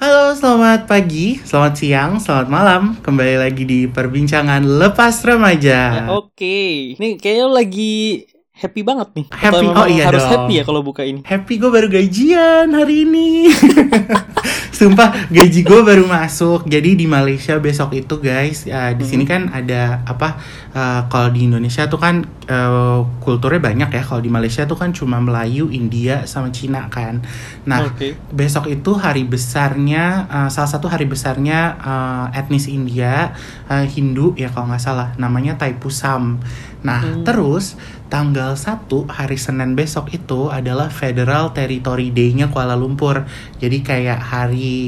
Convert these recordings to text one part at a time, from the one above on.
Halo, selamat pagi, selamat siang, selamat malam. Kembali lagi di perbincangan lepas remaja. Oke. Nih kayaknya lo lagi happy banget nih. Atau Happy, memang iya harus dong. happy ya kalau buka ini. Happy, gue baru gajian hari ini. Sumpah, gaji gue baru masuk. Jadi di Malaysia besok itu guys, di sini kan ada apa? Kalau di Indonesia tuh kan kulturnya banyak ya. Kalau di Malaysia tuh kan cuma Melayu, India, sama Cina kan. Nah, besok itu hari besarnya, salah satu hari besarnya etnis India, Hindu ya kalau nggak salah. Namanya Thaipusam. Nah, terus tanggal 1 hari Senin besok itu adalah Federal Territory Day-nya Kuala Lumpur. Jadi kayak hari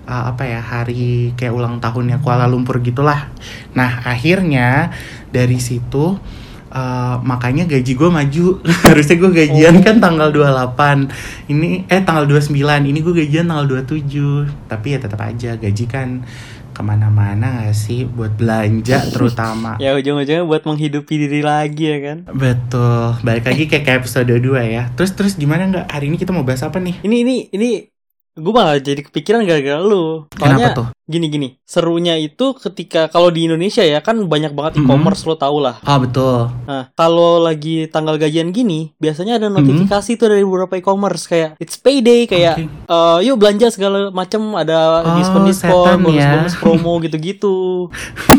hari kayak ulang tahunnya Kuala Lumpur gitulah. Nah, akhirnya dari situ makanya gaji gue maju. Harusnya gue gajian kan tanggal 28. Ini tanggal 29. Ini gue gajian tanggal 27. Tapi ya tetap aja gaji kan kemana-mana gak sih buat belanja terutama. Ya ujung-ujungnya buat menghidupi diri lagi ya kan. Betul. Balik lagi kayak episode 2 ya. Terus gimana nggak? Hari ini kita mau bahas apa nih? Ini gue malah jadi kepikiran gara-gara lu. Kenapa tuh? Gini. Serunya itu ketika kalau di Indonesia ya kan banyak banget e-commerce, lo tau lah. Ah, betul. Nah, kalau lagi tanggal gajian gini, biasanya ada notifikasi tuh dari beberapa e-commerce kayak it's payday, kayak yuk belanja segala macam, ada diskon-diskon, bonus-bonus promo gitu-gitu.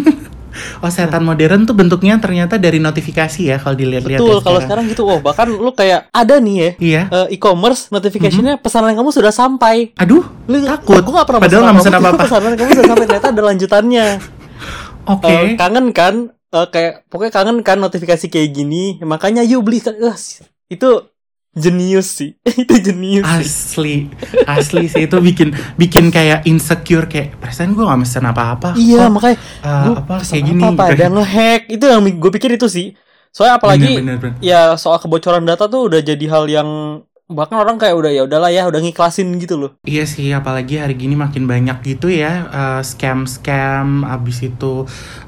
Oh, setan modern tuh bentuknya ternyata dari notifikasi ya kalau dilihat-lihat. Betul, kalau sekarang gitu. Bahkan lu kayak ada nih ya. Iya. E-commerce notification-nya pesanan kamu sudah sampai. Aduh, lu takut. Aku gak pernah padahal nggak pesan apa-apa. Pesanan kamu sudah sampai, ternyata ada lanjutannya. Oke. Kangen kan? Kayak pokoknya kangen kan notifikasi kayak gini. Makanya yuk beli. Itu jenius sih. Itu jenius sih. Asli sih itu bikin kayak insecure, kayak perasaan gue gak mesen apa-apa. Iya, makanya kayak gini apa ada nge-hack. Itu yang gue pikir itu sih. Soalnya apalagi bener. ya soal kebocoran data tuh udah jadi hal yang bahkan orang kayak udah ngiklasin gitu loh. Iya sih, apalagi hari gini makin banyak gitu ya scam, abis itu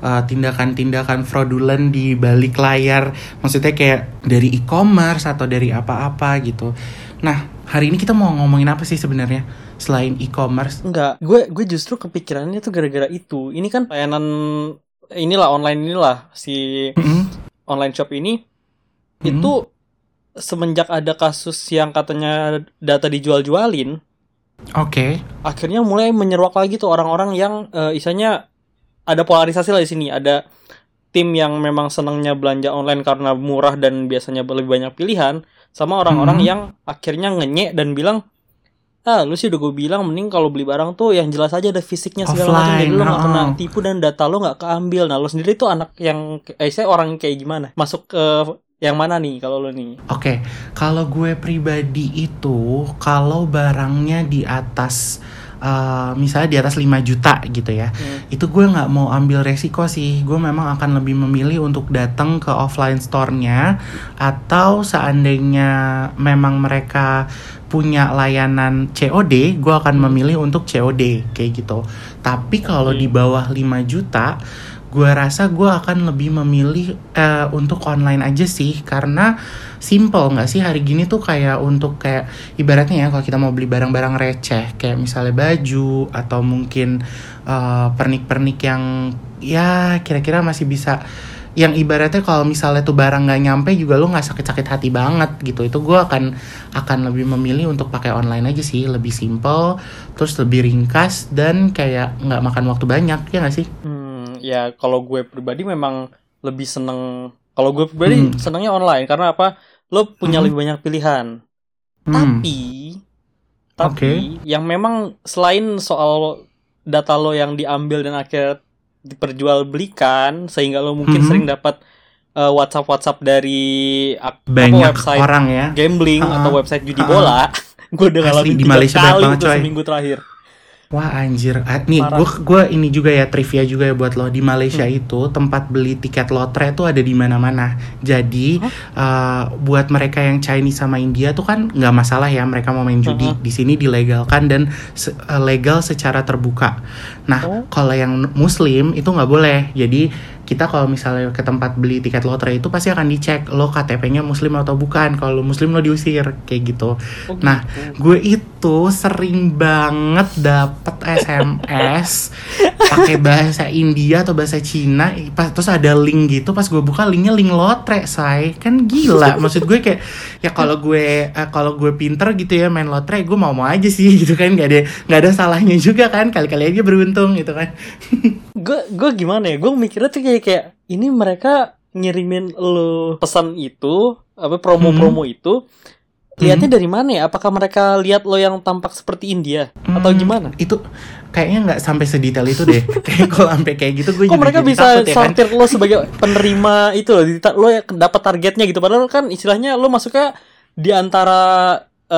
tindakan fraudulent di balik layar. Maksudnya kayak dari e-commerce atau dari apa-apa gitu. Nah, hari ini kita mau ngomongin apa sih sebenarnya selain e-commerce? Enggak, gue justru kepikirannya tuh gara-gara itu. Ini kan layanan online si online shop ini itu semenjak ada kasus yang katanya data dijual-jualin, akhirnya mulai menyeruak lagi tuh orang-orang yang istilahnya ada polarisasi lah di sini. Ada tim yang memang senangnya belanja online karena murah dan biasanya lebih banyak pilihan, sama orang-orang yang akhirnya ngenyek dan bilang, lu sih udah gue bilang mending kalau beli barang tuh yang jelas aja ada fisiknya segala macam, jadi lo gak kena tipu dan data lo gak keambil. Nah, lo sendiri tuh anak yang saya orang kayak gimana? Masuk ke yang mana nih kalau lo nih? Oke, kalau gue pribadi itu kalau barangnya di atas misalnya di atas 5 juta gitu ya, itu gue nggak mau ambil resiko sih. Gue memang akan lebih memilih untuk datang ke offline store-nya, atau seandainya memang mereka punya layanan COD, gue akan memilih untuk COD kayak gitu. Tapi kalau di bawah 5 juta, gue rasa gue akan lebih memilih untuk online aja sih, karena simple nggak sih hari gini tuh, kayak untuk kayak ibaratnya ya kalau kita mau beli barang-barang receh kayak misalnya baju atau mungkin pernik-pernik yang ya kira-kira masih bisa, yang ibaratnya kalau misalnya tuh barang nggak nyampe juga lo nggak sakit-sakit hati banget gitu. Itu gue akan lebih memilih untuk pakai online aja sih, lebih simple, terus lebih ringkas dan kayak nggak makan waktu banyak, ya nggak sih? Ya kalau gue pribadi memang lebih seneng. Kalau gue pribadi senengnya online karena apa? Lo punya lebih banyak pilihan. Tapi yang memang selain soal data lo yang diambil dan akhirnya diperjualbelikan, sehingga lo mungkin sering dapat WhatsApp dari banyak website orang ya, gambling atau website judi bola. Gue udah ngalamin 3 kali untuk seminggu terakhir. Wah anjir, nih gue ini juga ya, trivia juga ya buat lo. Di Malaysia itu tempat beli tiket lotre tuh ada di mana-mana. Jadi buat mereka yang Chinese sama India tuh kan nggak masalah ya, mereka mau main judi. Di sini dilegalkan dan legal secara terbuka. Nah kalau yang Muslim itu nggak boleh. Jadi kita kalau misalnya ke tempat beli tiket lotre itu pasti akan dicek lo KTP-nya Muslim atau bukan. Kalau Muslim lo diusir kayak gitu. Nah gue itu sering banget dapet SMS pakai bahasa India atau bahasa Cina, terus ada link gitu, pas gue buka linknya link lotre, say. Kan gila. Maksud gue kayak ya kalau gue pinter gitu ya main lotre, gue mau aja sih gitu kan, nggak ada salahnya juga kan, kali-kali aja beruntung gitu kan. gue gimana ya, gue mikirnya tuh kayak ini mereka ngirimin lo pesan itu apa promo itu lihatnya dari mana ya? Apakah mereka lihat lo yang tampak seperti India atau gimana? Itu kayaknya nggak sampai sedetail itu deh. Kayak kalau sampai kayak gitu gue kok mereka bisa takut, sortir ya kan? Lo sebagai penerima itu lo dapat targetnya gitu, padahal kan istilahnya lo masuknya di antara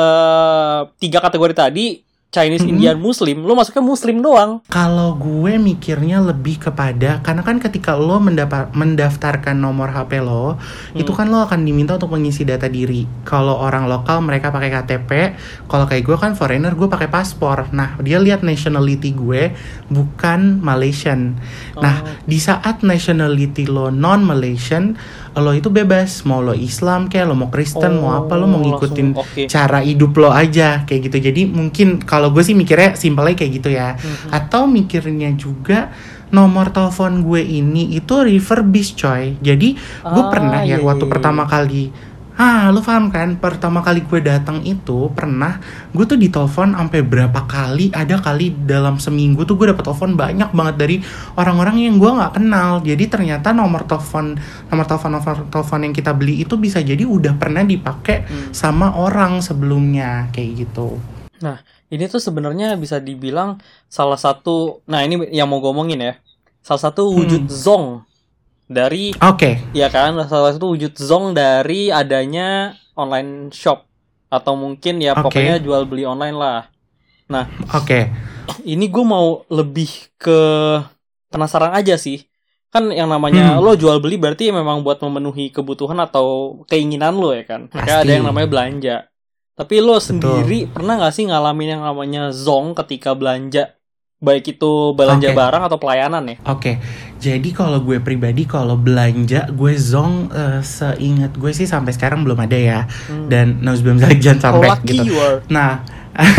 3 kategori tadi, Chinese, Indian, Muslim, lo masuknya Muslim doang. Kalau gue mikirnya lebih kepada, karena kan ketika lo mendaftarkan nomor HP lo, itu kan lo akan diminta untuk mengisi data diri. Kalau orang lokal mereka pakai KTP, kalau kayak gue kan foreigner, gue pakai paspor. Nah, dia lihat nationality gue bukan Malaysian. Nah, di saat nationality lo non-Malaysian, lo itu bebas, mau lo Islam kayak lo mau Kristen, mau apa, lo mau ngikutin cara hidup lo aja kayak gitu. Jadi mungkin kalau gue sih mikirnya simpelnya kayak gitu ya. Atau mikirnya juga nomor telepon gue ini itu refurbish, coy. Jadi gue pernah ya waktu pertama kali, lo paham kan? Pertama kali gue datang itu pernah gue tuh ditelepon sampai berapa kali, ada kali dalam seminggu tuh gue dapet telepon banyak banget dari orang-orang yang gue nggak kenal. Jadi ternyata nomor telepon yang kita beli itu bisa jadi udah pernah dipakai sama orang sebelumnya kayak gitu. Nah, ini tuh sebenarnya bisa dibilang salah satu, nah ini yang mau ngomongin ya, salah satu wujud zong dari, ya kan, salah satu wujud zong dari adanya online shop atau mungkin ya pokoknya jual beli online lah. Nah, ini gue mau lebih ke penasaran aja sih, kan yang namanya lo jual beli berarti memang buat memenuhi kebutuhan atau keinginan lo ya kan, kayak ada yang namanya belanja. Tapi lo sendiri pernah gak sih ngalamin yang namanya zong ketika belanja? Baik itu belanja barang atau pelayanan ya? Jadi kalau gue pribadi, kalau belanja gue zong, seingat gue sih sampai sekarang belum ada ya. Dan jangan sampai gitu. Nah,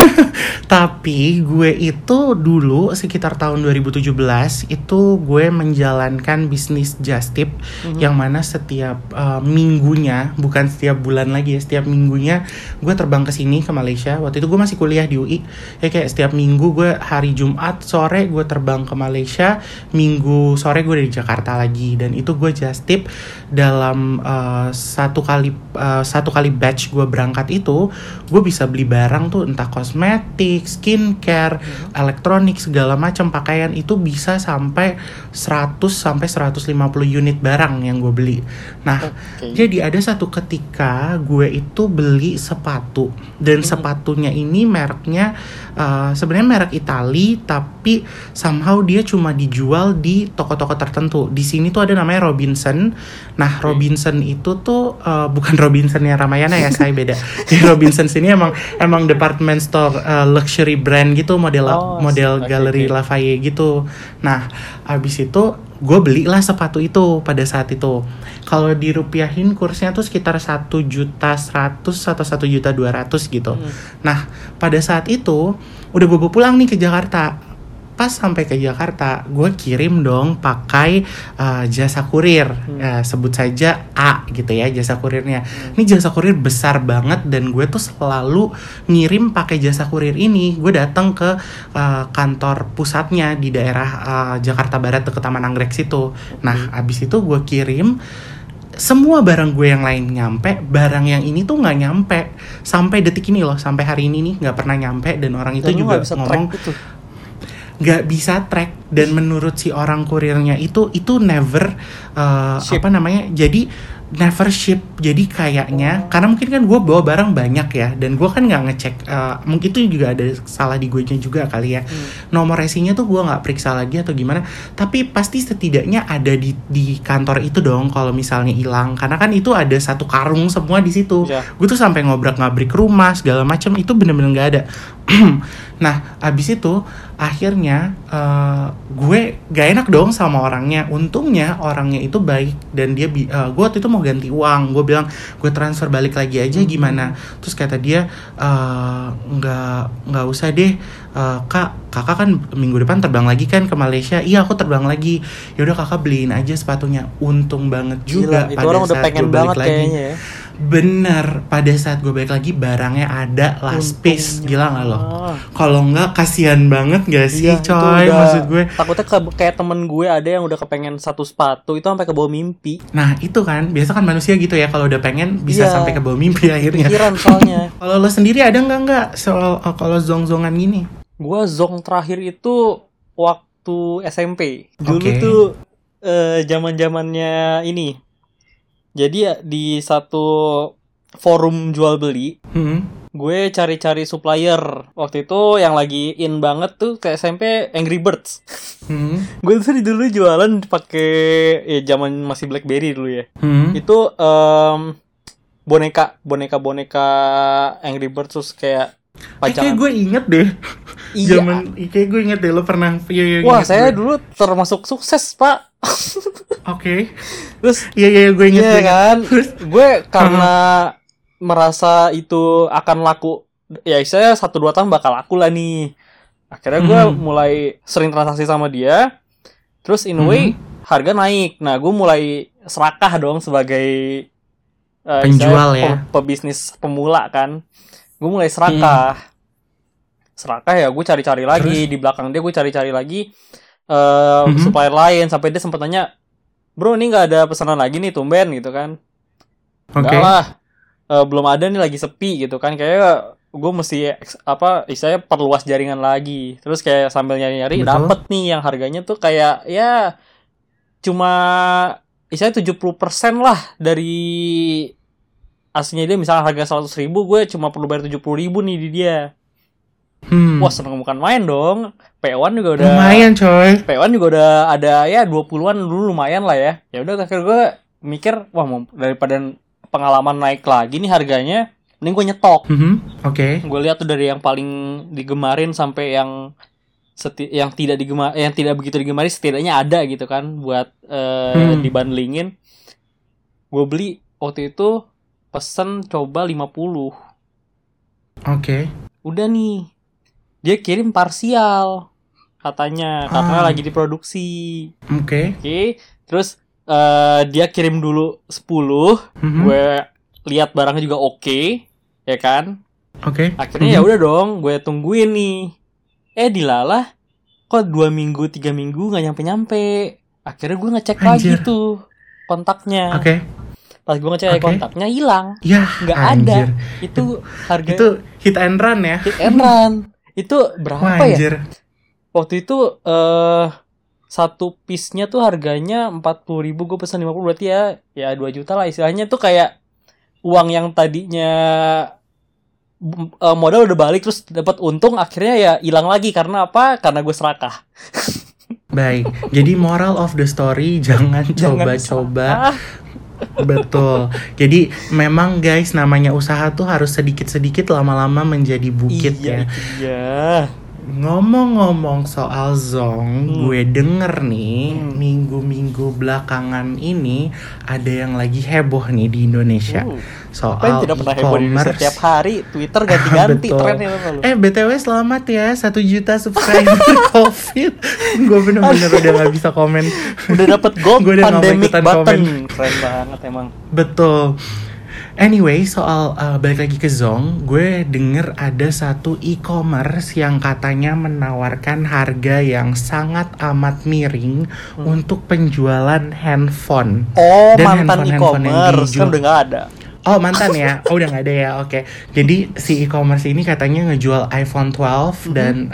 tapi gue itu dulu sekitar tahun 2017 itu gue menjalankan bisnis just tip, yang mana setiap minggunya, bukan setiap bulan lagi ya, setiap minggunya gue terbang ke sini ke Malaysia. Waktu itu gue masih kuliah di UI ya, kayak setiap minggu gue hari Jumat sore gue terbang ke Malaysia, Minggu sore gue di Jakarta lagi. Dan itu gue just tip dalam satu kali batch gue berangkat itu gue bisa beli barang tuh entah kosmetik, skincare, elektronik, segala macam pakaian, itu bisa sampai 100 sampai 150 unit barang yang gue beli. Nah, jadi ada satu ketika gue itu beli sepatu, dan sepatunya ini mereknya sebenarnya merek Itali, tapi somehow dia cuma dijual di toko-toko tertentu. Di sini tuh ada namanya Robinson. Nah, Robinson itu tuh bukan Robinsonnya Ramayana ya, saya beda. Di Robinson sini emang department store luxury brand gitu, model Galerie Lafayette gitu. Nah, abis itu gue belilah sepatu itu pada saat itu. Kalau dirupiahin kursnya tuh sekitar 1.100.000 atau 1.200.000 gitu. Nah, pada saat itu udah gue bawa pulang nih ke Jakarta. Pas sampai ke Jakarta, gue kirim dong pakai jasa kurir, sebut saja A gitu ya jasa kurirnya. Ini jasa kurir besar banget, dan gue tuh selalu ngirim pakai jasa kurir ini. Gue datang ke kantor pusatnya di daerah Jakarta Barat ke Taman Anggrek situ. Nah, abis itu gue kirim. Semua barang gue yang lain nyampe, barang yang ini tuh nggak nyampe sampai detik ini loh, sampai hari ini nih nggak pernah nyampe. Dan orang itu juga ngomong nggak bisa track, dan menurut si orang kurirnya itu never jadi never ship. Jadi kayaknya karena mungkin kan gue bawa barang banyak ya, dan gue kan nggak ngecek, mungkin itu juga ada salah di gue juga kali ya, nomor resinya tuh gue nggak periksa lagi atau gimana. Tapi pasti setidaknya ada di kantor itu dong kalau misalnya hilang, karena kan itu ada satu karung semua di situ. Gue tuh sampai ngobrak-ngabrik rumah segala macam, itu bener-bener nggak ada. Nah, abis itu akhirnya gue gak enak dong sama orangnya. Untungnya orangnya itu baik dan dia gue waktu itu mau ganti uang. Gue bilang gue transfer balik lagi aja gimana. Terus kata dia nggak usah deh. Kakak kan minggu depan terbang lagi kan ke Malaysia. Iya, aku terbang lagi. Yaudah kakak beliin aja sepatunya. Untung banget juga. Gila, itu orang udah pengen banget kayaknya ya. Bener, pada saat gue balik lagi barangnya ada last piece. Gila gak lo? Kalau enggak kasihan banget gak sih, iya, coy? Maksud gue takutnya kayak temen gue ada yang udah kepengen satu sepatu itu sampai ke bawah mimpi. Nah itu kan, biasa kan manusia gitu ya, kalau udah pengen bisa sampai ke bawah mimpi akhirnya. Pikiran soalnya. Kalau lo sendiri ada nggak soal kalau zong-zongan gini? Gue zong terakhir itu waktu SMP. Dulu tuh zaman-zamannya ini. Jadi ya di satu forum jual beli, gue cari-cari supplier. Waktu itu yang lagi in banget tuh ke SMP Angry Birds. Gue tuh dulu jualan pakai zaman masih BlackBerry dulu ya. Itu boneka Angry Birds terus kayak kayak gue inget deh. Iya. Kayak gue inget deh lo pernah. Wah, saya dulu termasuk sukses, Pak. Oke. Terus iya gue inget. Iya kan. Gue karena merasa itu akan laku, ya saya 1-2 tahun bakal laku lah nih. Akhirnya gue mulai sering transaksi sama dia. Terus in a way harga naik. Nah, gue mulai serakah dong sebagai penjual ya. Pebisnis pemula kan. Gue mulai serakah ya, gue cari-cari lagi. Terus? Di belakang dia gue cari-cari lagi supplier lain. Sampai dia sempat tanya, bro ini gak ada pesanan lagi nih tumben gitu kan. Enggak lah, belum ada nih, lagi sepi gitu kan. Kayak gue mesti istilahnya perluas jaringan lagi. Terus kayak sambil nyari-nyari dapet nih yang harganya tuh kayak ya cuma istilahnya 70% lah dari aslinya dia. Misalnya harga 100.000, gue cuma perlu bayar 70.000 nih di dia. Wah, seneng bukan main dong. P1 juga udah lumayan coy. P1 juga udah ada ya 20-an dulu, lumayan lah ya. Ya udah akhirnya gue mikir, wah daripada pengalaman naik lagi nih harganya, mending gue nyetok. Oke. Gue lihat tuh dari yang paling digemarin sampai yang tidak begitu digemari, setidaknya ada gitu kan buat dibandingin. Gue beli waktu itu pesen coba 50. Oke. Udah nih, dia kirim parsial katanya karena lagi diproduksi. Oke. Terus dia kirim dulu 10. Gue lihat barangnya juga oke, ya kan? Oke. Akhirnya ya udah dong, gue tungguin nih. Dilalah kok 2 minggu 3 minggu nggak nyampe. Akhirnya gue ngecek lagi tuh kontaknya. Oke. Pas gue ngecek kontaknya hilang. Ya, nggak ada. Itu harga. Itu hit and run ya. Hit and run. Itu berapa ya? Waktu itu satu piece-nya tuh harganya 40.000, gue pesan 50, berarti ya 2 juta lah istilahnya. Tuh kayak uang yang tadinya modal udah balik terus dapat untung, akhirnya ya hilang lagi. Karena apa? Karena gue serakah. Baik. Jadi moral of the story, jangan coba-coba. Betul. Jadi memang guys, namanya usaha tuh harus sedikit-sedikit lama-lama menjadi bukit ya. Iya. Ngomong-ngomong soal zong, gue denger nih minggu-minggu belakangan ini ada yang lagi heboh nih di Indonesia. Soal tidak pernah heboh di Indonesia setiap hari, Twitter ganti-ganti trennya. BTW selamat ya 1 juta subscriber COVID. Gue bener-bener udah gak bisa komen. Udah dapet gold pandemic button. Keren banget emang. Betul. Anyway, soal balik lagi ke zong, gue denger ada satu e-commerce yang katanya menawarkan harga yang sangat amat miring untuk penjualan handphone. Oh, dan mantan e-commerce kan udah gak ada. Oh, mantan ya? Oh, udah gak ada ya? Oke. Jadi si e-commerce ini katanya ngejual iPhone 12 dan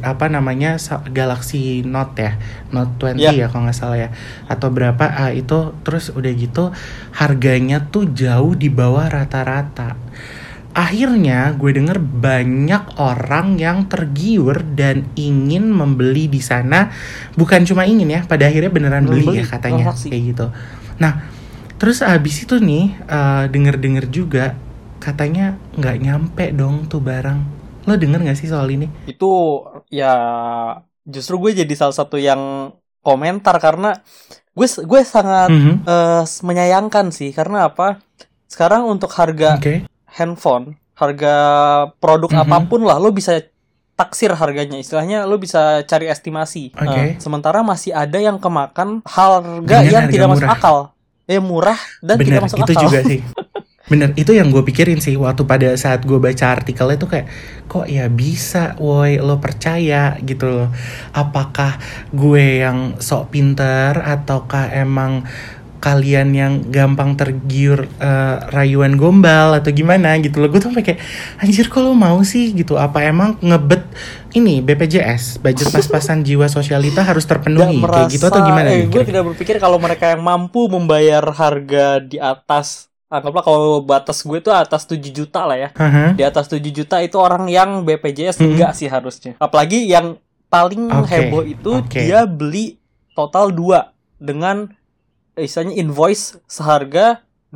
Galaxy Note ya, Note 20 ya kalau nggak salah ya, atau berapa itu. Terus udah gitu harganya tuh jauh di bawah rata-rata. Akhirnya gue denger banyak orang yang tergiur dan ingin membeli di sana. Bukan cuma ingin ya, pada akhirnya beneran beli ya katanya, kayak gitu. Nah, terus abis itu nih denger-denger juga katanya nggak nyampe dong tuh barang. Lo denger gak sih soal ini? Itu ya justru gue jadi salah satu yang komentar karena gue sangat menyayangkan sih. Karena apa? Sekarang untuk harga handphone, harga produk apapun lah, lo bisa taksir harganya. Istilahnya lo bisa cari estimasi. Sementara masih ada yang kemakan harga yang tidak masuk akal. Murah dan tidak masuk akal. Itu juga sih. Bener, itu yang gue pikirin sih waktu pada saat gue baca artikelnya tuh kayak, kok ya bisa, woi, lo percaya gitu loh. Apakah gue yang sok pinter ataukah emang kalian yang gampang tergiur rayuan gombal atau gimana gitu loh. Gue tuh sampai kayak, anjir kok lo mau sih gitu. Apa emang ngebet ini BPJS, budget pas-pasan jiwa sosialita harus terpenuhi kayak gitu atau gimana? Gue tidak berpikir kalau mereka yang mampu membayar harga di atas, anggaplah kalau batas gue tuh atas 7 juta lah ya. Di atas 7 juta itu orang yang BPJS enggak sih harusnya. Apalagi yang paling heboh itu dia beli total 2 dengan istilahnya invoice seharga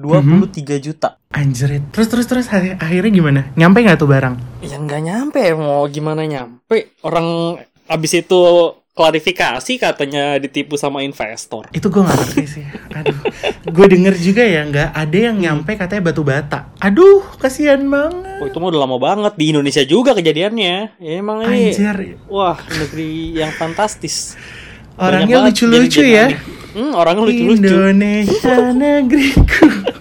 23 juta. Anjir. Terus akhirnya gimana? Nyampe gak tuh barang? Ya nggak nyampe. Mau gimana nyampe? Orang abis itu klarifikasi katanya ditipu sama investor. Itu gue gak ngerti sih. Aduh. Gue denger juga ya gak ada yang nyampe katanya batu bata. Aduh, kasihan banget. Itu mah udah lama banget. Di Indonesia juga kejadiannya. Ya, emang ini wah, negeri yang fantastis. Orangnya lucu-lucu ya. Orangnya lucu-lucu. Indonesia negeriku.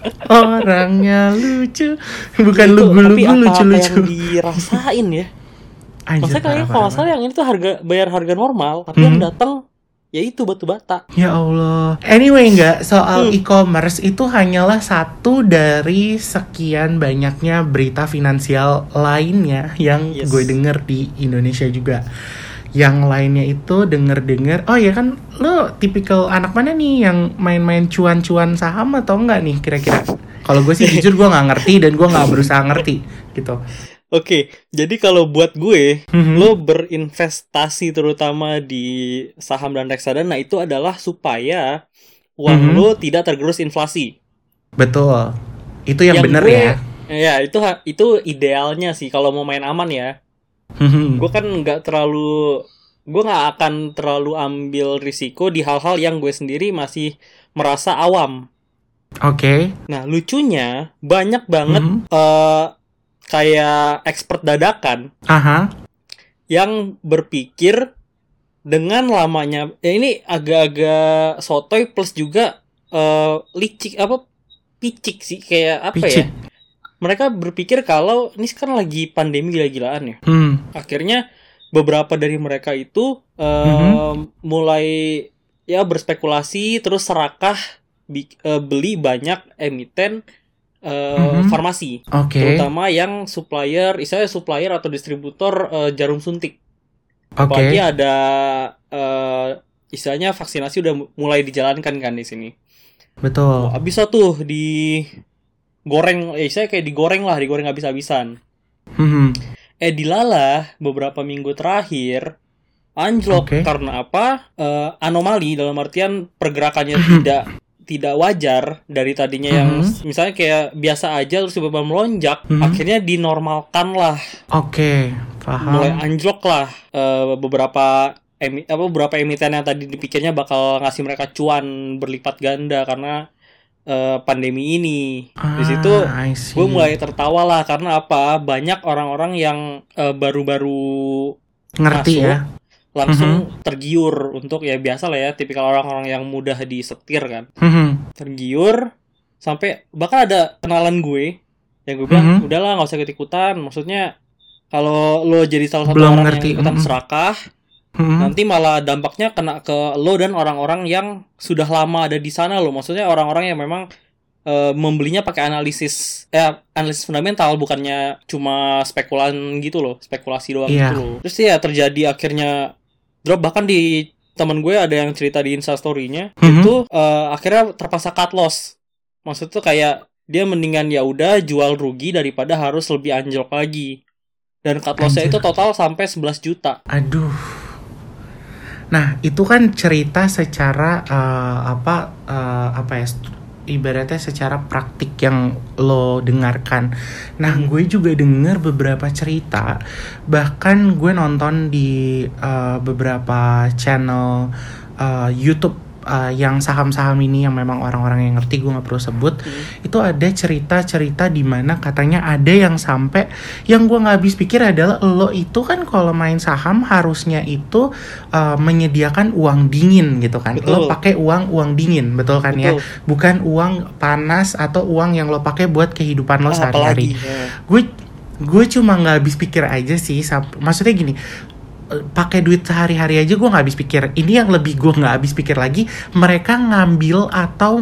Orangnya lucu. Bukan lugu-lugu lucu-lucu. Tapi apa yang dirasain ya? Maksudnya kayaknya kalau salah yang ini tuh bayar harga normal, tapi yang datang ya itu batu bata. Ya Allah. Anyway, soal e-commerce itu hanyalah satu dari sekian banyaknya berita finansial lainnya yang gue denger di Indonesia juga. Yang lainnya itu denger-denger, oh ya kan lo tipikal anak mana nih yang main-main cuan-cuan saham atau enggak nih kira-kira? Kalau gue sih jujur gue nggak ngerti dan gue nggak berusaha ngerti gitu. Oke, jadi kalau buat gue, lo berinvestasi terutama di saham dan reksadana itu adalah supaya uang lo tidak tergerus inflasi. Betul, itu yang benar ya. Ya itu idealnya sih kalau mau main aman ya. Gue kan gue nggak akan terlalu ambil risiko di hal-hal yang gue sendiri masih merasa awam. Nah lucunya banyak banget kayak expert dadakan yang berpikir dengan lamanya ini agak-agak sotoy plus juga picik sih kayak apa ya. Mereka berpikir kalau ini kan lagi pandemi gila-gilaan ya. Akhirnya beberapa dari mereka itu mulai ya berspekulasi terus serakah beli banyak emiten farmasi. Terutama yang supplier atau distributor jarum suntik. Apalagi ada istilahnya vaksinasi udah mulai dijalankan kan di sini. Betul. Bisa tuh digoreng, saya kayak digoreng habis-habisan. Dilalah beberapa minggu terakhir anjlok karena apa? Anomali dalam artian pergerakannya tidak wajar dari tadinya yang misalnya kayak biasa aja terus tiba-tiba melonjak, akhirnya dinormalkan lah. Paham. Mulai anjlok lah beberapa emiten yang tadi dipikirnya bakal ngasih mereka cuan berlipat ganda karena pandemi ini. Di situ gue mulai tertawa lah karena apa? Banyak orang-orang yang baru-baru ngerti masuk, ya, langsung tergiur untuk ya biasa lah ya, tipikal orang-orang yang mudah disetir kan. Tergiur sampai bahkan ada kenalan gue yang gue bilang udahlah nggak usah ikut-ikutan. Maksudnya kalau lo jadi salah satu orang yang ikutan serakah, nanti malah dampaknya kena ke lo dan orang-orang yang sudah lama ada di sana lo. Maksudnya orang-orang yang memang membelinya pakai analisis fundamental, bukannya cuma spekulan gitu loh, spekulasi doang gitu loh. Terus ya terjadi akhirnya drop. Bahkan di teman gue ada yang cerita di Instastory-nya itu akhirnya terpaksa cut loss. Maksudnya tuh kayak dia mendingan ya udah jual rugi daripada harus lebih anjlok lagi. Dan cut loss-nya itu total sampai 11 juta. Aduh. Nah, itu kan cerita secara ibaratnya secara praktik yang lo dengarkan. Nah, gue juga denger beberapa cerita, bahkan gue nonton di beberapa channel YouTube yang saham-saham ini yang memang orang-orang yang ngerti, gue nggak perlu sebut. Itu ada cerita-cerita di mana katanya ada yang sampai, yang gue nggak habis pikir adalah lo itu kan kalau main saham harusnya itu menyediakan uang dingin gitu kan. Betul. Lo pakai uang dingin, betul kan? Betul. Ya, bukan uang panas atau uang yang lo pakai buat kehidupan lo sehari-hari. Gue cuma nggak habis pikir aja sih, maksudnya gini, pakai duit sehari-hari aja gue nggak habis pikir. Ini yang lebih gue nggak habis pikir lagi, mereka ngambil atau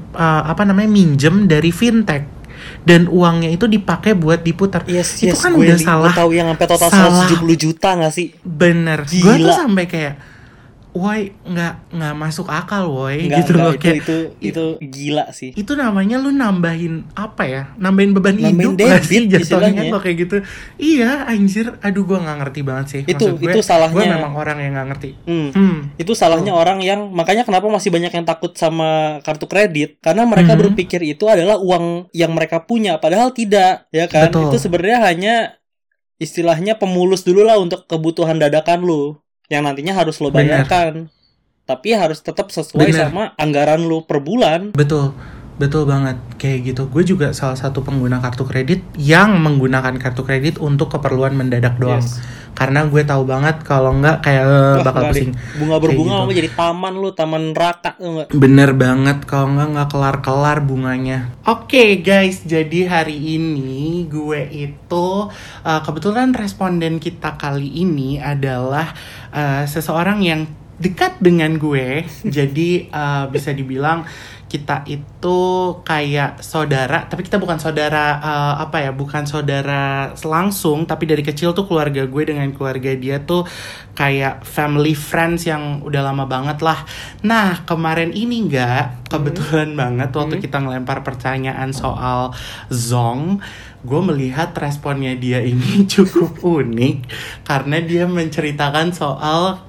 minjem dari fintech dan uangnya itu dipakai buat diputar. Itu kan udah salah. Gue tahu yang sampai total 170 juta nggak sih? Bener. Gue tuh sampai kayak, woi, nggak masuk akal, woi, gitu loh. Itu gila sih. Itu namanya lu nambahin apa ya? Nambahin beban hidup debit jatuhnya kok kayak gitu. Iya, anjir. Aduh, gue nggak ngerti banget sih. Itu gue, salahnya. Gue memang orang yang nggak ngerti. Itu salahnya orang yang, makanya kenapa masih banyak yang takut sama kartu kredit, karena mereka berpikir itu adalah uang yang mereka punya, padahal tidak, ya kan? Betul. Itu sebenarnya hanya istilahnya pemulus dulu lah untuk kebutuhan dadakan lu, yang nantinya harus lo bayarkan. Tapi harus tetap sesuai sama anggaran lo per bulan. Betul banget kayak gitu. Gue juga salah satu pengguna kartu kredit yang menggunakan kartu kredit untuk keperluan mendadak doang. Karena gue tahu banget kalau enggak kayak bakal pusing. Bunga berbunga gitu. Jadi taman neraka. Bener banget, kalau enggak kelar-kelar bunganya. Oke, guys, jadi hari ini gue itu kebetulan responden kita kali ini adalah seseorang yang dekat dengan gue. Jadi bisa dibilang kita itu kayak saudara, tapi kita bukan saudara bukan saudara langsung, tapi dari kecil tuh keluarga gue dengan keluarga dia tuh kayak family friends yang udah lama banget lah. Nah, kemarin ini kebetulan banget waktu kita ngelempar pertanyaan soal Zong, gue melihat responnya dia ini cukup unik karena dia menceritakan soal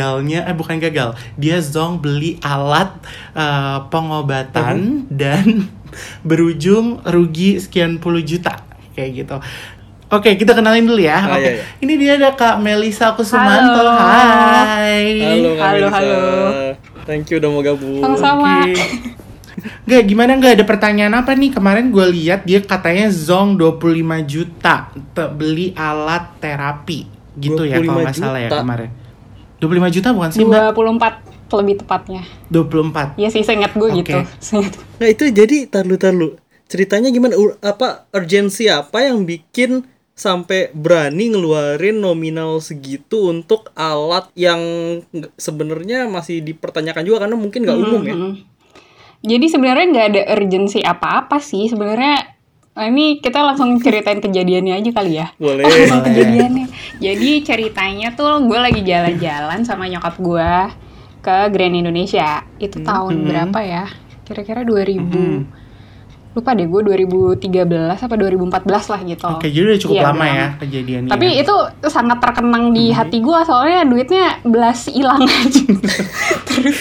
dia Zong beli alat pengobatan dan berujung rugi sekian puluh juta kayak gitu. Oke, kita kenalin dulu ya. Iya. Ini dia ada Kak Melisa Kusumanto. Hai. Halo. Thank you udah mau gabung. Sama-sama. Gak, gimana gak ada pertanyaan apa nih? Kemarin gue lihat dia katanya Zong 25 juta beli alat terapi gitu ya kalau nggak salah ya kemarin. 25 juta bukan sih Mbak? 24 lebih tepatnya. 24. Iya sih, seingat gue gitu. Nah itu jadi taruh. Ceritanya gimana? Urgensi apa yang bikin sampai berani ngeluarin nominal segitu untuk alat yang sebenarnya masih dipertanyakan juga karena mungkin nggak umum ya? Jadi sebenarnya nggak ada urgensi apa-apa sih sebenarnya. Ini kita langsung ceritain kejadiannya aja kali ya. Boleh. Kejadiannya. Jadi ceritanya tuh gue lagi jalan-jalan sama nyokap gue ke Grand Indonesia. Itu tahun berapa ya? Kira-kira 2000. Lupa deh gue 2013 apa 2014 lah gitu. Oke, jadi udah cukup lama ya kejadiannya. Tapi itu sangat terkenang di hati gue soalnya duitnya belas hilang aja. Terus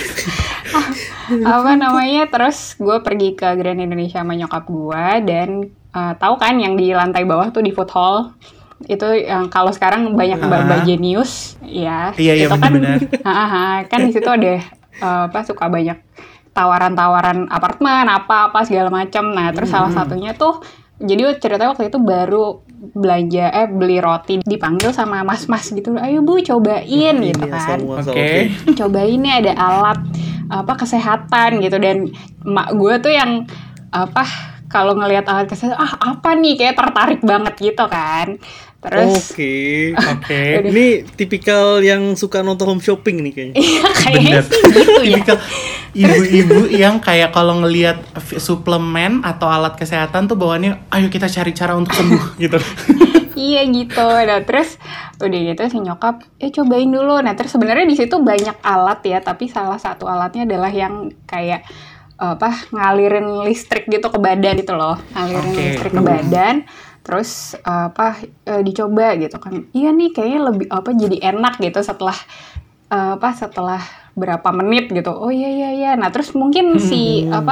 terus gue pergi ke Grand Indonesia sama nyokap gue dan tahu kan yang di lantai bawah tuh di food hall itu yang kalau sekarang banyak mbak jenius ya. Iya itu benar. Kan di situ ada suka banyak tawaran-tawaran apartemen apa segala macam. Nah, terus salah satunya tuh jadi ceritanya waktu itu baru beli roti dipanggil sama mas-mas gitu. Ayo Bu, cobain gitu kan. Oke. Cobain nih ada alat kesehatan gitu dan emak gue tuh yang kalau ngelihat alat kesehatan apa nih kayak tertarik banget gitu kan. Terus Oke. Ini tipikal yang suka nonton home shopping nih kayaknya. Iya kayaknya sih gitu ya. Tipikal ibu-ibu yang kayak kalau ngelihat suplemen atau alat kesehatan tuh bawaannya ayo kita cari cara untuk sembuh gitu. Iya gitu. Nah terus udah gitu si nyokap cobain dulu. Nah terus sebenarnya di situ banyak alat ya, tapi salah satu alatnya adalah yang kayak ngalirin listrik gitu ke badan gitu loh. Ngalirin listrik ke badan. Terus dicoba gitu kan. Iya nih kayaknya lebih jadi enak gitu setelah berapa menit gitu. Oh iya. Nah, terus mungkin si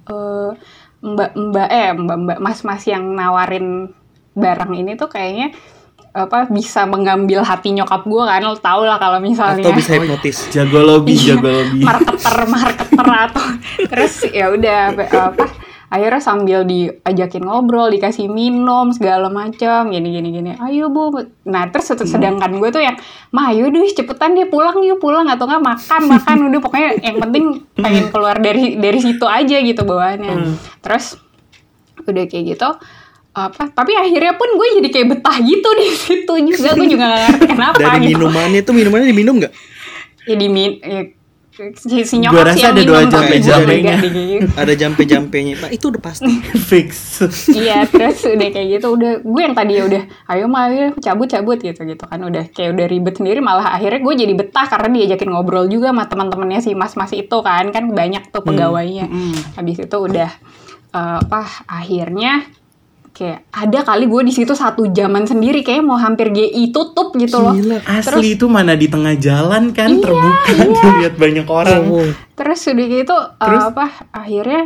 mbak mas-mas yang nawarin barang ini tuh kayaknya bisa mengambil hati nyokap gue kan, lo tau lah kalau misalnya atau bisa hipnotis. Jago lobby marketer atau terus ya udah akhirnya sambil diajakin ngobrol, dikasih minum segala macam gini ayo bu, nah terus sedangkan gue tuh yang ayo deh cepetan dia pulang atau nggak makan udah pokoknya yang penting pengen keluar dari situ aja gitu bawaannya. Terus udah kayak gitu tapi akhirnya pun gue jadi kayak betah gitu di situ juga, gue juga gak ngerti kenapa. Dari gitu. minumannya diminum nggak? Ya si nyokap sih yang ada minum, jampe-jampenya. Ada jampe-jampenya. Nah itu udah pasti Fix. Iya, terus udah kayak gitu, udah gue yang tadi udah ayo cabut gitu kan, udah kayak udah ribet sendiri, malah akhirnya gue jadi betah karena diajakin ngobrol juga sama teman-temannya si mas-mas itu kan banyak tuh pegawainya. Habis itu udah akhirnya kayak ada kali gue di situ 1 jaman sendiri, kayak mau hampir GI tutup gitu loh. Gila, asli itu mana di tengah jalan kan, terbuka dilihat banyak orang. Terus udah gitu akhirnya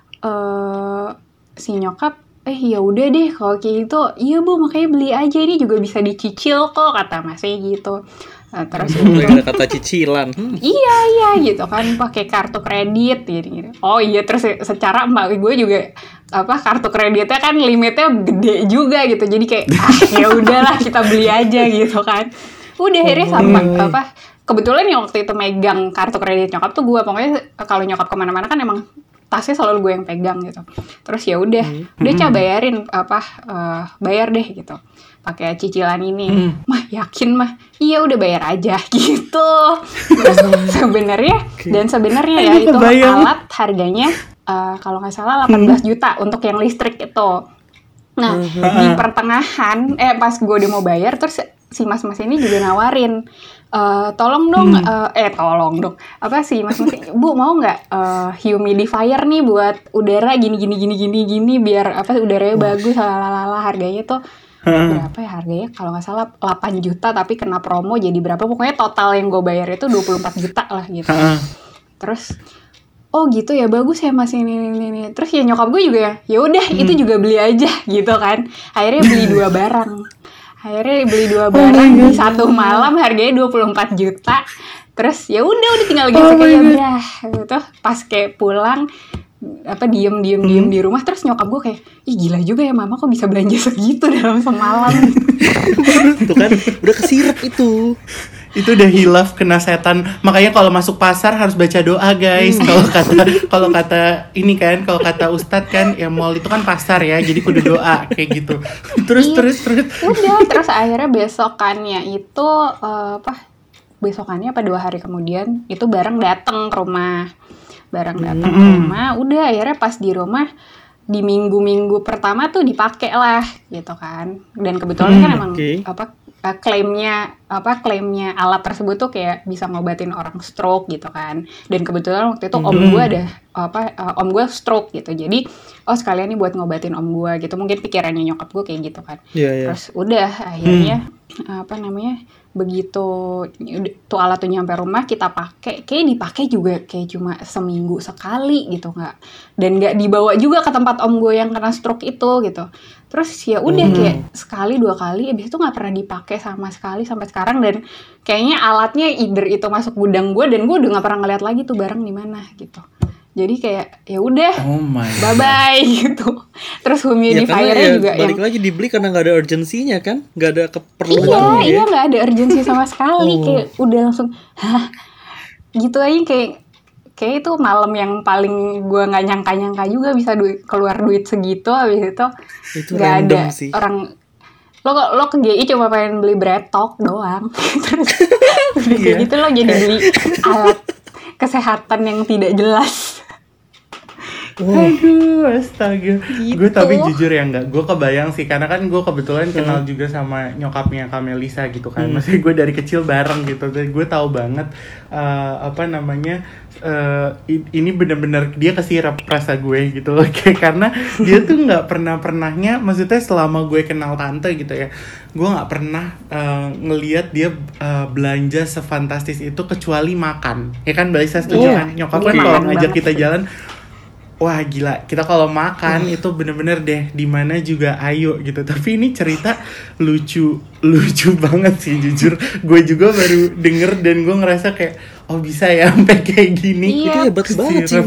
si nyokap ya udah deh kalau kayak gitu, iya bu makanya beli aja, ini juga bisa dicicil kok kata masnya gitu. Nah, terus ada kata cicilan. Iya gitu kan, pakai kartu kredit gitu. Oh iya, terus secara mbak gue juga kartu kreditnya kan limitnya gede juga gitu. Jadi kayak ya udahlah kita beli aja gitu kan. Udah akhirnya sama kebetulan yang waktu itu megang kartu kredit nyokap tuh gue. Pokoknya kalau nyokap kemana-mana kan emang tasnya selalu gue yang pegang gitu. Terus ya udah bayarin bayar deh gitu. Pakai cicilan ini. Mah yakin mah. Iya udah bayar aja gitu. Terus sebenarnya ya itu alat harganya kalau nggak salah 18 juta untuk yang listrik itu. Nah, di pertengahan pas gue udah mau bayar, terus si mas-mas ini juga nawarin tolong dong si mas-mas ini, bu mau nggak humidifier nih buat udara gini biar udaranya bagus, harganya tuh berapa ya harganya kalau nggak salah 8 juta tapi kena promo jadi berapa, pokoknya total yang gue bayar itu 24 juta lah gitu. Terus oh gitu ya, bagus ya mas ini. Terus ya nyokap gue juga ya udah itu juga beli aja gitu kan. Akhirnya beli 2 barang. Di satu malam harganya 24 juta. Terus ya udah tinggal gesek aja gitu. Pas kayak pulang diem di rumah, terus nyokap gue kayak ih gila juga ya mama kok bisa belanja segitu dalam semalam. Tuh kan udah kesirep itu udah hilaf kena setan. Makanya kalau masuk pasar harus baca doa guys. Kalau kata ini kan, kalau kata Ustadz kan ya mall itu kan pasar ya, jadi kudu doa kayak gitu. Terus udah terus akhirnya besokannya itu besokannya 2 hari kemudian itu barang datang ke rumah. Udah akhirnya pas di rumah di minggu pertama tuh dipakai lah gitu kan, dan kebetulan kan emang klaimnya alat tersebut tuh kayak bisa ngobatin orang stroke gitu kan, dan kebetulan waktu itu om gue stroke gitu, jadi sekalian nih buat ngobatin om gue gitu, mungkin pikirannya nyokap gue kayak gitu kan. Terus udah akhirnya begitu tuh alat tuh nyampe rumah kita pakai, kayak dipakai juga kayak cuma seminggu sekali gitu, nggak dibawa juga ke tempat om gue yang kena stroke itu gitu. Terus ya udah kayak sekali 2 kali, abis itu nggak pernah dipakai sama sekali sampai sekarang, dan kayaknya alatnya either itu masuk gudang gue dan gue udah nggak pernah ngeliat lagi tuh barang di mana gitu. Jadi kayak ya udah bye bye gitu. Terus humidifiernya juga balik lagi dibeli karena nggak ada urgensinya kan, nggak ada keperluan. Iya nggak ada urgensi sama sekali. Kayak udah langsung gitu aja, kayak itu malam yang paling gue nggak nyangka juga bisa keluar duit segitu. Habis itu nggak ada sih. Orang lo ke GI cuma pengen beli bretok doang. Terus kayak gitu lo jadi beli alat kesehatan yang tidak jelas. Aduh, astaga. Gitu. Gue tapi jujur ya gue kebayang sih, karena kan gue kebetulan kenal juga sama nyokapnya Kak Melisa gitu kan. Maksudnya gue dari kecil bareng gitu, dan gue tahu banget ini benar-benar dia kesirap rasa gue gitu loh. Karena dia tuh nggak pernahnya, maksudnya selama gue kenal tante gitu ya, gue nggak pernah ngelihat dia belanja sefantastis itu kecuali makan. Ya kan Melisa setuju kan? Nyokap kan kalau ngajak kita jalan, Wah gila, kita kalau makan itu bener-bener deh di mana juga ayo gitu. Tapi ini cerita lucu banget sih jujur. Gue juga baru denger dan gue ngerasa kayak oh bisa ya sampai kayak gini. Itu hebat banget sih.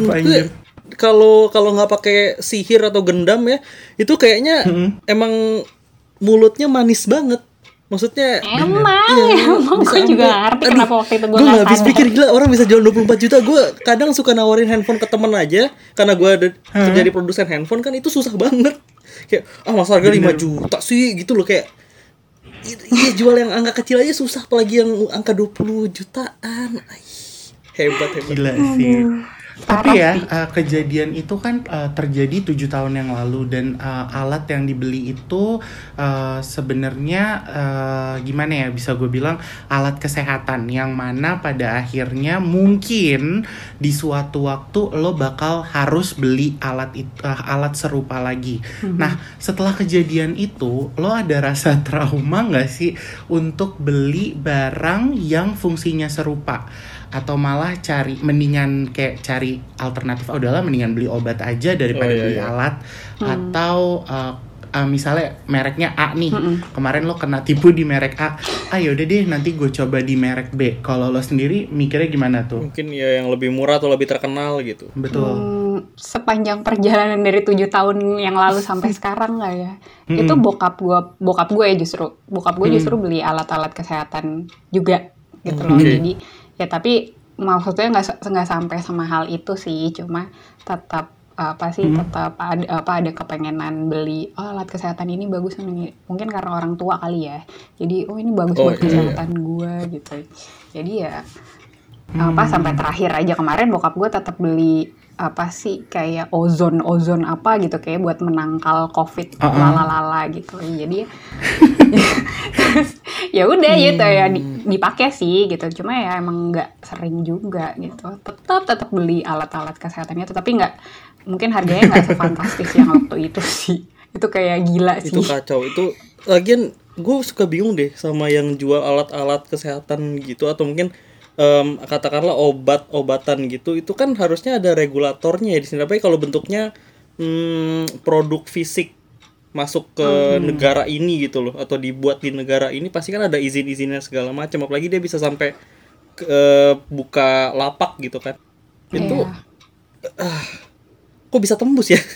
Kalau nggak pakai sihir atau gendam ya, itu kayaknya emang mulutnya manis banget. Maksudnya emang gue juga ngerti kenapa waktu itu gue gak habis pikir, gila orang bisa jual 24 juta. Gue kadang suka nawarin handphone ke temen aja, karena gue ada kerja di produsen handphone kan, itu susah banget. Kayak masa harga 5 juta sih gitu loh, kayak iya jual yang angka kecil aja susah, apalagi yang angka 20 jutaan. Hebat gila sih. Tapi ya kejadian itu kan terjadi 7 tahun yang lalu dan alat yang dibeli itu sebenarnya gimana ya bisa gue bilang alat kesehatan yang mana pada akhirnya mungkin di suatu waktu lo bakal harus beli alat serupa lagi. Nah setelah kejadian itu lo ada rasa trauma nggak sih untuk beli barang yang fungsinya serupa? Atau malah mendingan kayak cari alternatif, udahlah mendingan beli obat aja daripada beli alat. Atau misalnya mereknya A nih, kemarin lo kena tipu di merek A, yaudah deh nanti gue coba di merek B. Kalau lo sendiri mikirnya gimana tuh? Mungkin ya yang lebih murah atau lebih terkenal gitu. Betul. Sepanjang perjalanan dari 7 tahun yang lalu sampai sekarang lah ya, itu bokap gue ya justru beli alat-alat kesehatan juga gitu loh. Jadi ya tapi maksudnya nggak sampai sama hal itu sih, cuma tetap tetap ada kepengenan beli alat kesehatan ini bagus nih, mungkin karena orang tua kali ya, jadi ini bagus buat kesehatan gue gitu. Jadi ya sampai terakhir aja kemarin bokap gue tetap beli kayak ozon apa gitu, kayak buat menangkal COVID lalala gitu. Jadi terus ya udah gitu ya dipakai sih gitu, cuma ya emang nggak sering juga gitu. Tetap beli alat-alat kesehatannya, tetapi nggak, mungkin harganya nggak sefantastis yang waktu itu sih. Itu kayak gila sih. Itu kacau. Itu lagian gue suka bingung deh sama yang jual alat-alat kesehatan gitu, atau mungkin katakanlah obat-obatan gitu. Itu kan harusnya ada regulatornya ya di sini. Tapi kalau bentuknya produk fisik masuk ke negara ini gitu loh, atau dibuat di negara ini, pasti kan ada izin-izinnya segala macam. Apalagi dia bisa sampai buka lapak gitu kan. Itu kok bisa tembus ya?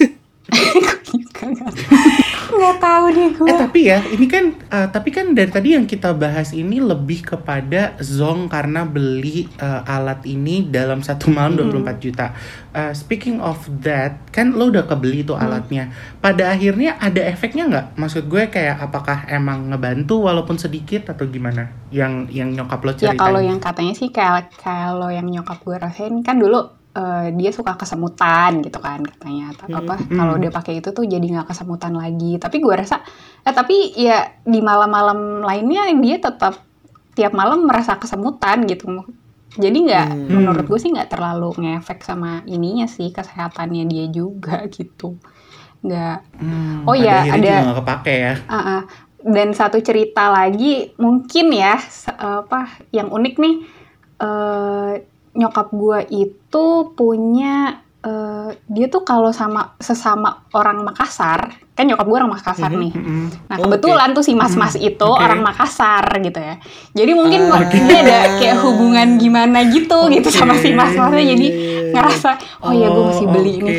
Nggak tahu deh gue. Tapi ya ini kan tapi kan dari tadi yang kita bahas ini lebih kepada zong karena beli alat ini dalam satu malam 24 juta. Speaking of that, kan lo udah kebeli tuh alatnya. Pada akhirnya ada efeknya nggak? Maksud gue kayak apakah emang ngebantu walaupun sedikit atau gimana? Yang nyokap lo ceritain? Ya kalau yang katanya sih kalau yang nyokap gue rasain kan dulu dia suka kesemutan gitu kan katanya, kalau udah pakai itu tuh jadi nggak kesemutan lagi. Tapi gue rasa tapi ya di malam-malam lainnya dia tetap tiap malam merasa kesemutan gitu. Jadi nggak, menurut gue sih nggak terlalu ngefek sama ininya sih, kesehatannya dia juga gitu. Nggak. Ada juga nggak kepake ya. Dan satu cerita lagi mungkin ya yang unik nih. Nyokap gue itu punya dia tuh kalau sesama orang Makassar, kan nyokap gue orang Makassar nih. Nah kebetulan tuh si mas-mas itu orang Makassar gitu ya. Jadi mungkin dia ada kayak hubungan gimana gitu sama si mas-masnya. Jadi ngerasa gue mesti beli ini.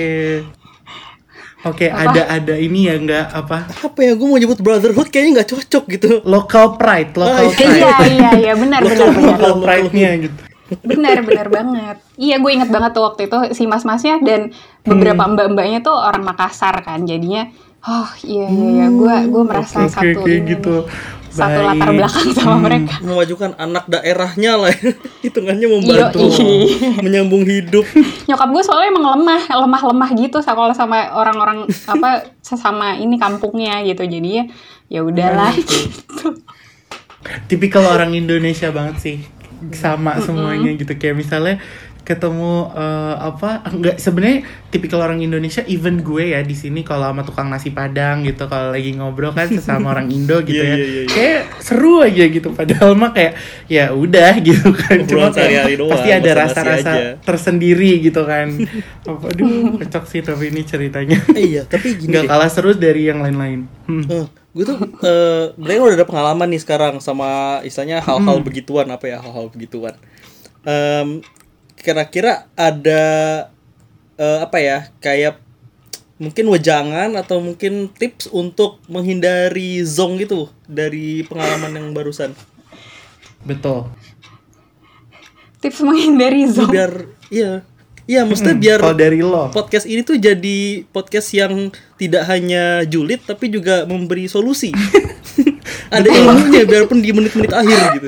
Ada ini ya nggak apa ya, gue mau nyebut brotherhood kayaknya nggak cocok gitu. Local pride. Iya benar. Local pride-nya gitu. Benar banget. Iya, gue inget banget tuh waktu itu si mas-masnya dan beberapa mbak-mbaknya tuh orang Makassar kan. Jadinya gue merasa satu ini gitu. Satu latar belakang sama mereka. Memajukan anak daerahnya lah. Hitungannya membantu menyambung hidup. Nyokap gue soalnya emang lemah gitu kalau sama orang-orang sesama ini kampungnya gitu. Jadinya ya udahlah gitu. Tipikal orang Indonesia banget sih. sama semuanya gitu. Kayak misalnya ketemu enggak, sebenarnya tipikal orang Indonesia, even gue ya di sini kalau sama tukang nasi Padang gitu, kalau lagi ngobrol kan sesama orang Indo gitu ya, kayak seru aja gitu, padahal mah kayak ya udah gitu kan, cuma kayak pasti ada rasa-rasa tersendiri gitu kan. Aduh, kocak sih tapi ini ceritanya. Iya, tapi gini nggak kalah seru dari yang lain-lain. Gue tuh mereka udah ada pengalaman nih sekarang sama istilahnya hal-hal begituan, hal-hal begituan. Kira-kira ada kayak mungkin wejangan atau mungkin tips untuk menghindari zonk gitu dari pengalaman yang barusan? Betul. Tips menghindari zonk. Biar iya maksudnya biar kalau dari lo, podcast ini tuh jadi podcast yang tidak hanya julid tapi juga memberi solusi. Ada ilmunya biarpun di menit-menit akhir gitu.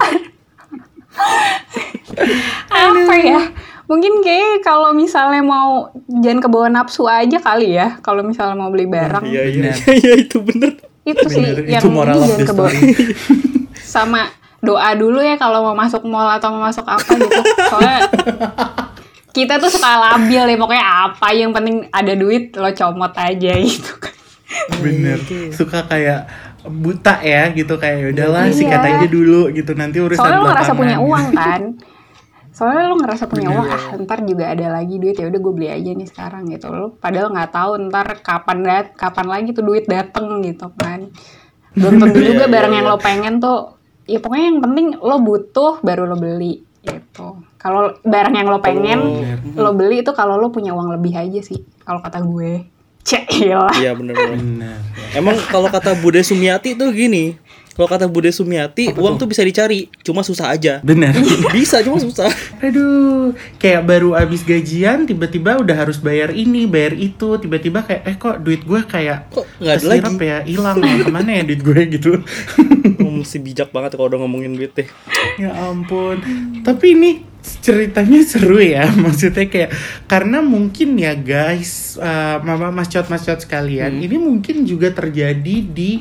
Apa ya? Mungkin kayak kalau misalnya mau jangan kebawa nafsu aja kali ya. Kalau misalnya mau beli barang. Iya itu bener. Itu sih bener. yang Itu moral of jangan the kebawa. story. Sama doa dulu ya kalau mau masuk mall atau mau masuk apa gitu. Soalnya kita tuh suka labil ya, pokoknya apa yang penting ada duit lo comot aja gitu kan. Bener, suka kayak buta ya gitu, kayak udahlah Iya. sikat aja dulu gitu, nanti urusan Soalnya lo ngerasa belakangan. punya uang kan. Soalnya lo ngerasa punya Bener. uang, ntar juga ada lagi duit, ya udah gue beli aja nih sekarang gitu. Lo padahal nggak tahu ntar kapan lagi tuh duit dateng gitu kan. Belum tentu juga barang yang lo pengen tuh, ya pokoknya yang penting lo butuh baru lo beli gitu. Kalau barang yang lo pengen lo beli itu kalau lo punya uang lebih aja sih, kalau kata gue. Iya bener. Emang kalau kata Bude Sumiati tuh gini, kalau kata Bude Sumiati, uang tuh bisa dicari, cuma susah aja. Bener. Bisa, cuma susah. Aduh, kayak baru abis gajian tiba-tiba udah harus bayar ini, bayar itu, tiba-tiba kayak kok duit gue kayak Kok nggak ada kesirap lagi? ya, hilang ya, kemana ya duit gue gitu. Mesti bijak banget kalau udah ngomongin duit deh. Ya ampun. Tapi ini ceritanya seru ya, maksudnya kayak karena mungkin ya guys, mama mas-cot sekalian, ini mungkin juga terjadi di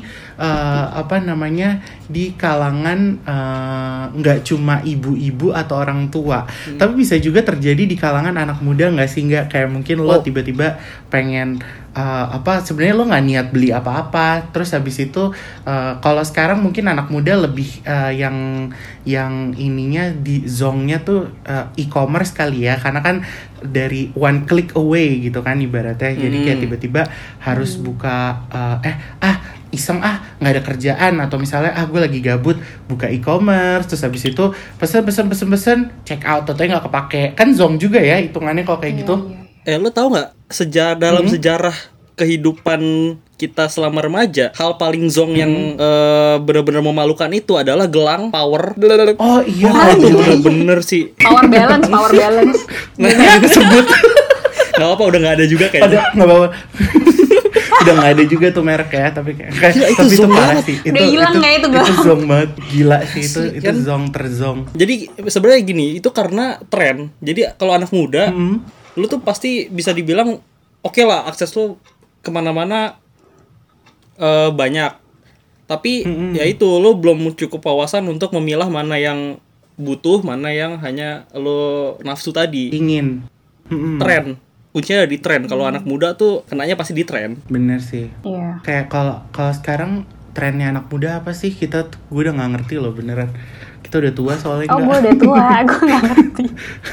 di kalangan nggak cuma ibu-ibu atau orang tua, tapi bisa juga terjadi di kalangan anak muda nggak sih, nggak kayak mungkin lo tiba-tiba pengen sebenarnya lo nggak niat beli apa-apa, terus habis itu kalau sekarang mungkin anak muda lebih yang ininya di zongnya tuh e-commerce kali ya, karena kan dari one click away gitu kan ibaratnya, jadi kayak tiba-tiba harus buka iseng nggak ada kerjaan, atau misalnya gue lagi gabut buka e-commerce, terus habis itu pesen check out atau nggak kepake, kan zong juga ya hitungannya kalau kayak gitu. Lo tahu nggak dalam sejarah kehidupan kita selama remaja, hal paling zong yang benar-benar memalukan itu adalah gelang power. Oh iya, Itu bener-bener sih. Power balance. Nah, disebut. Nggak apa, udah nggak ada juga kayaknya. Nggak apa-apa. Udah nggak ada juga tuh merek ya, tapi itu tapi itu zong parah banget. sih. Udah hilang nggak itu Itu zong banget, gila sih itu Kan? zong terzong. Jadi sebenarnya gini, itu karena tren. Jadi kalau anak muda, lu tuh pasti bisa dibilang oke lah, akses lu kemana-mana banyak. Tapi ya itu, lu belum cukup wawasan untuk memilah mana yang butuh, mana yang hanya lu nafsu tadi. Ingin. Tren. Kuncinya ada di tren. Kalau anak muda tuh kenanya pasti di tren. Bener sih. Iya. Kayak kalau sekarang trennya anak muda apa sih? Gue udah nggak ngerti loh beneran. Kita udah tua soalnya. Oh, gue udah tua, gue nggak ngerti.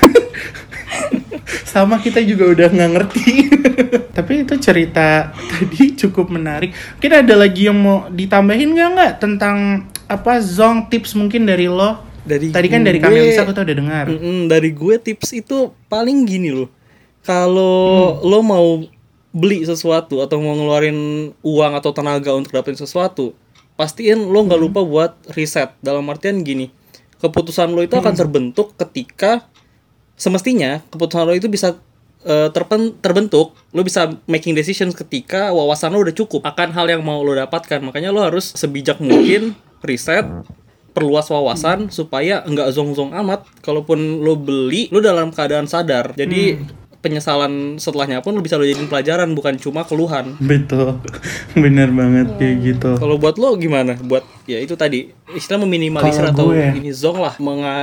Sama kita juga udah nggak ngerti. Tapi itu cerita tadi cukup menarik. Mungkin ada lagi yang mau ditambahin nggak tentang zong tips mungkin dari lo? Tadi kan dari Kamelisa aku tuh udah dengar. Dari gue tips itu paling gini loh. Kalau lo mau beli sesuatu atau mau ngeluarin uang atau tenaga untuk dapetin sesuatu, pastiin lo nggak lupa buat riset. Dalam artian gini, keputusan lo itu akan terbentuk ketika semestinya keputusan lo itu bisa terbentuk, lo bisa making decisions ketika wawasan lo udah cukup akan hal yang mau lo dapatkan. Makanya lo harus sebijak mungkin riset, perluas wawasan supaya nggak zong-zong amat. Kalaupun lo beli, lo dalam keadaan sadar. Jadi penyesalan setelahnya pun bisa lo jadiin pelajaran, bukan cuma keluhan. Betul. Bener banget kayak gitu. Kalau buat lo gimana? Buat ya itu tadi istilah meminimalisir atau ini zong lah,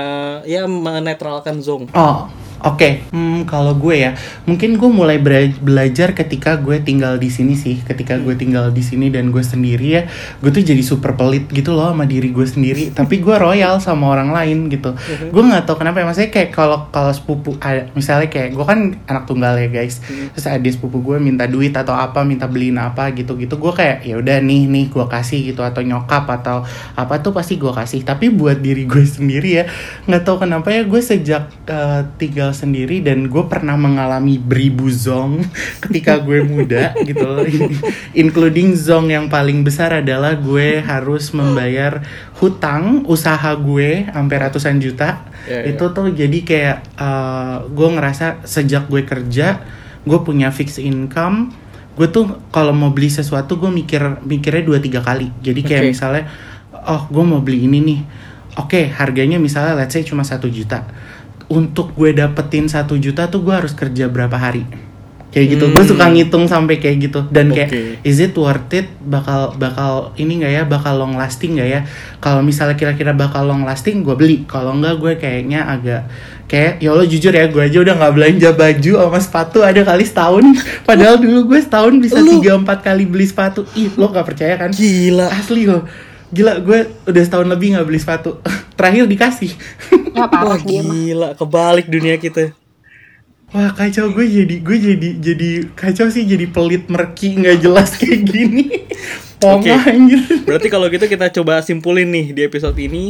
menetralkan zong. Oh, oke. Kalau gue ya, mungkin gue mulai belajar ketika gue tinggal di sini sih. Ketika gue tinggal di sini dan gue sendiri ya, gue tuh jadi super pelit gitu loh sama diri gue sendiri. Tapi gue royal sama orang lain gitu. Gue nggak tahu kenapa ya. Maksudnya kayak kalau sepupu, misalnya kayak gue kan anak tunggal ya guys. Terus ada sepupu gue minta duit atau apa, minta beliin apa gitu-gitu. Gue kayak ya udah nih gue kasih gitu, atau nyokap atau apa tuh pasti gue kasih. Tapi buat diri gue sendiri ya, nggak tahu kenapa ya, gue sejak tinggal sendiri dan gue pernah mengalami beribu zong ketika gue muda gitu loh. Including zong yang paling besar adalah gue harus membayar hutang usaha gue sampai ratusan juta. Itu tuh jadi kayak gue ngerasa sejak gue kerja, gue punya fixed income, gue tuh kalau mau beli sesuatu gue mikirnya 2-3 kali. Jadi kayak misalnya, oh gue mau beli ini nih, oke, harganya misalnya let's say cuma 1 juta. Untuk gue dapetin 1 juta tuh gue harus kerja berapa hari, kayak gitu. Gue suka ngitung sampai kayak gitu. Dan kayak is it worth it, bakal ini nggak ya, bakal long lasting nggak ya. Kalau misalnya kira-kira bakal long lasting, gue beli. Kalau enggak, gue kayaknya agak kayak ya Allah, jujur ya, gue aja udah nggak belanja baju sama sepatu ada kali setahun. Padahal dulu gue setahun bisa 3-4 kali beli sepatu. Ih, lo nggak percaya kan? Gila, asli lo. Gila, gue udah setahun lebih gak beli sepatu. Terakhir dikasih. Ya parah. Wah, gila, kebalik dunia kita. Wah, kacau. Gue jadi kacau sih, jadi pelit, merki, gak jelas kayak gini. Anjir. Berarti kalau gitu kita coba simpulin nih di episode ini.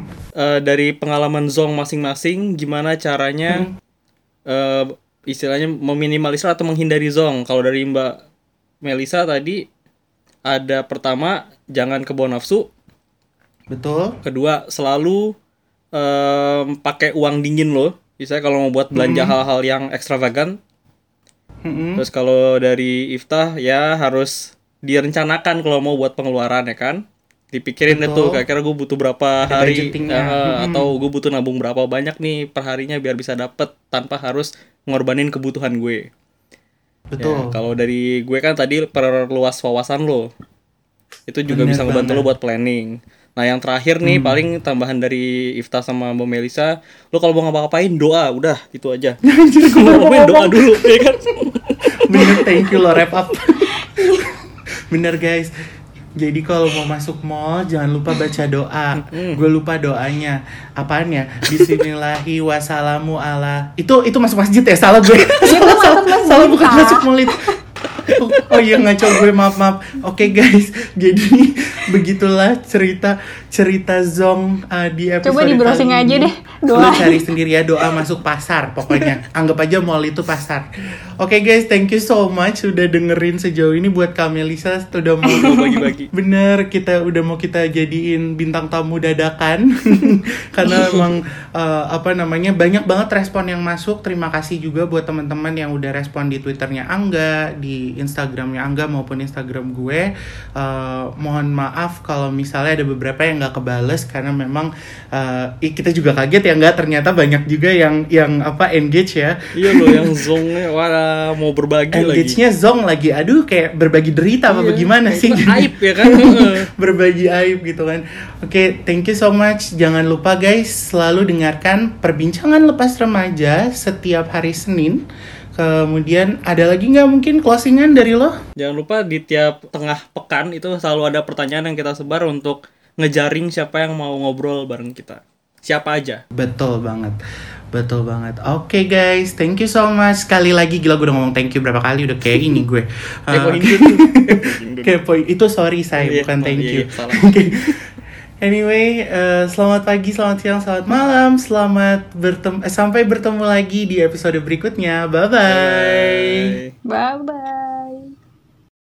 Dari pengalaman zong masing-masing, gimana caranya istilahnya meminimalisir atau menghindari zong. Kalau dari Mbak Melisa tadi, ada pertama, jangan kebawa nafsu. Betul. Kedua, selalu pakai uang dingin lo. Misalnya kalau mau buat belanja hal-hal yang ekstravagan. Terus kalau dari Iftah ya harus direncanakan kalau mau buat pengeluaran ya kan. Dipikirin deh tuh, kira-kira gue butuh berapa hari atau gue butuh nabung berapa banyak nih perharinya biar bisa dapet tanpa harus ngorbanin kebutuhan gue. Betul. Ya, kalau dari gue kan tadi perluas wawasan lo. Itu juga bisa ngebantu lo buat planning. Nah, yang terakhir nih paling tambahan dari Iftah sama Mbak Melisa, lo kalau mau ngapa-ngapain doa, udah itu aja. Kalau mau doa dulu, ya kan? Bener, thank you lo wrap up. Bener guys. Jadi kalau mau masuk mall jangan lupa baca doa. Gue lupa doanya. Apaan ya? Bismillahi wassalamu ala. Itu masuk masjid ya? Salah gue. Salah bukan masuk mall itu. Oh iya, ngaco gue, maaf. Oke guys, jadi begitulah cerita zong di episode coba di browsing aja deh doa. Lo cari sendiri ya, doa masuk pasar pokoknya. Anggap aja mall itu pasar. Oke guys, thank you so much udah dengerin sejauh ini. Buat Kak Melisa udah mau bagi-bagi. Bener, kita jadiin bintang tamu dadakan. Karena emang banyak banget respon yang masuk. Terima kasih juga buat teman-teman yang udah respon di Twitternya Angga, di Instagramnya Angga maupun Instagram gue. Mohon maaf kalau misalnya ada beberapa yang nggak kebales karena memang kita juga kaget ya, nggak, ternyata banyak juga yang engage ya. Iya loh, yang zongnya wah mau berbagi lagi. Engage-nya zong lagi, aduh kayak berbagi derita apa bagaimana sih? Aib ya kan? Berbagi aib gitu kan. Oke, thank you so much. Jangan lupa guys, selalu dengarkan Perbincangan Lepas Remaja setiap hari Senin. Kemudian ada lagi nggak mungkin closingan dari lo? Jangan lupa di tiap tengah pekan itu selalu ada pertanyaan yang kita sebar untuk ngejaring siapa yang mau ngobrol bareng kita. Siapa aja. Betul banget. Oke guys, thank you so much. Sekali lagi, gila gue udah ngomong thank you berapa kali, udah kayak ini gue. Kayak itu sorry saya, bukan thank you. Anyway, selamat pagi, selamat siang, selamat malam, sampai bertemu lagi di episode berikutnya. Bye-bye. Bye-bye.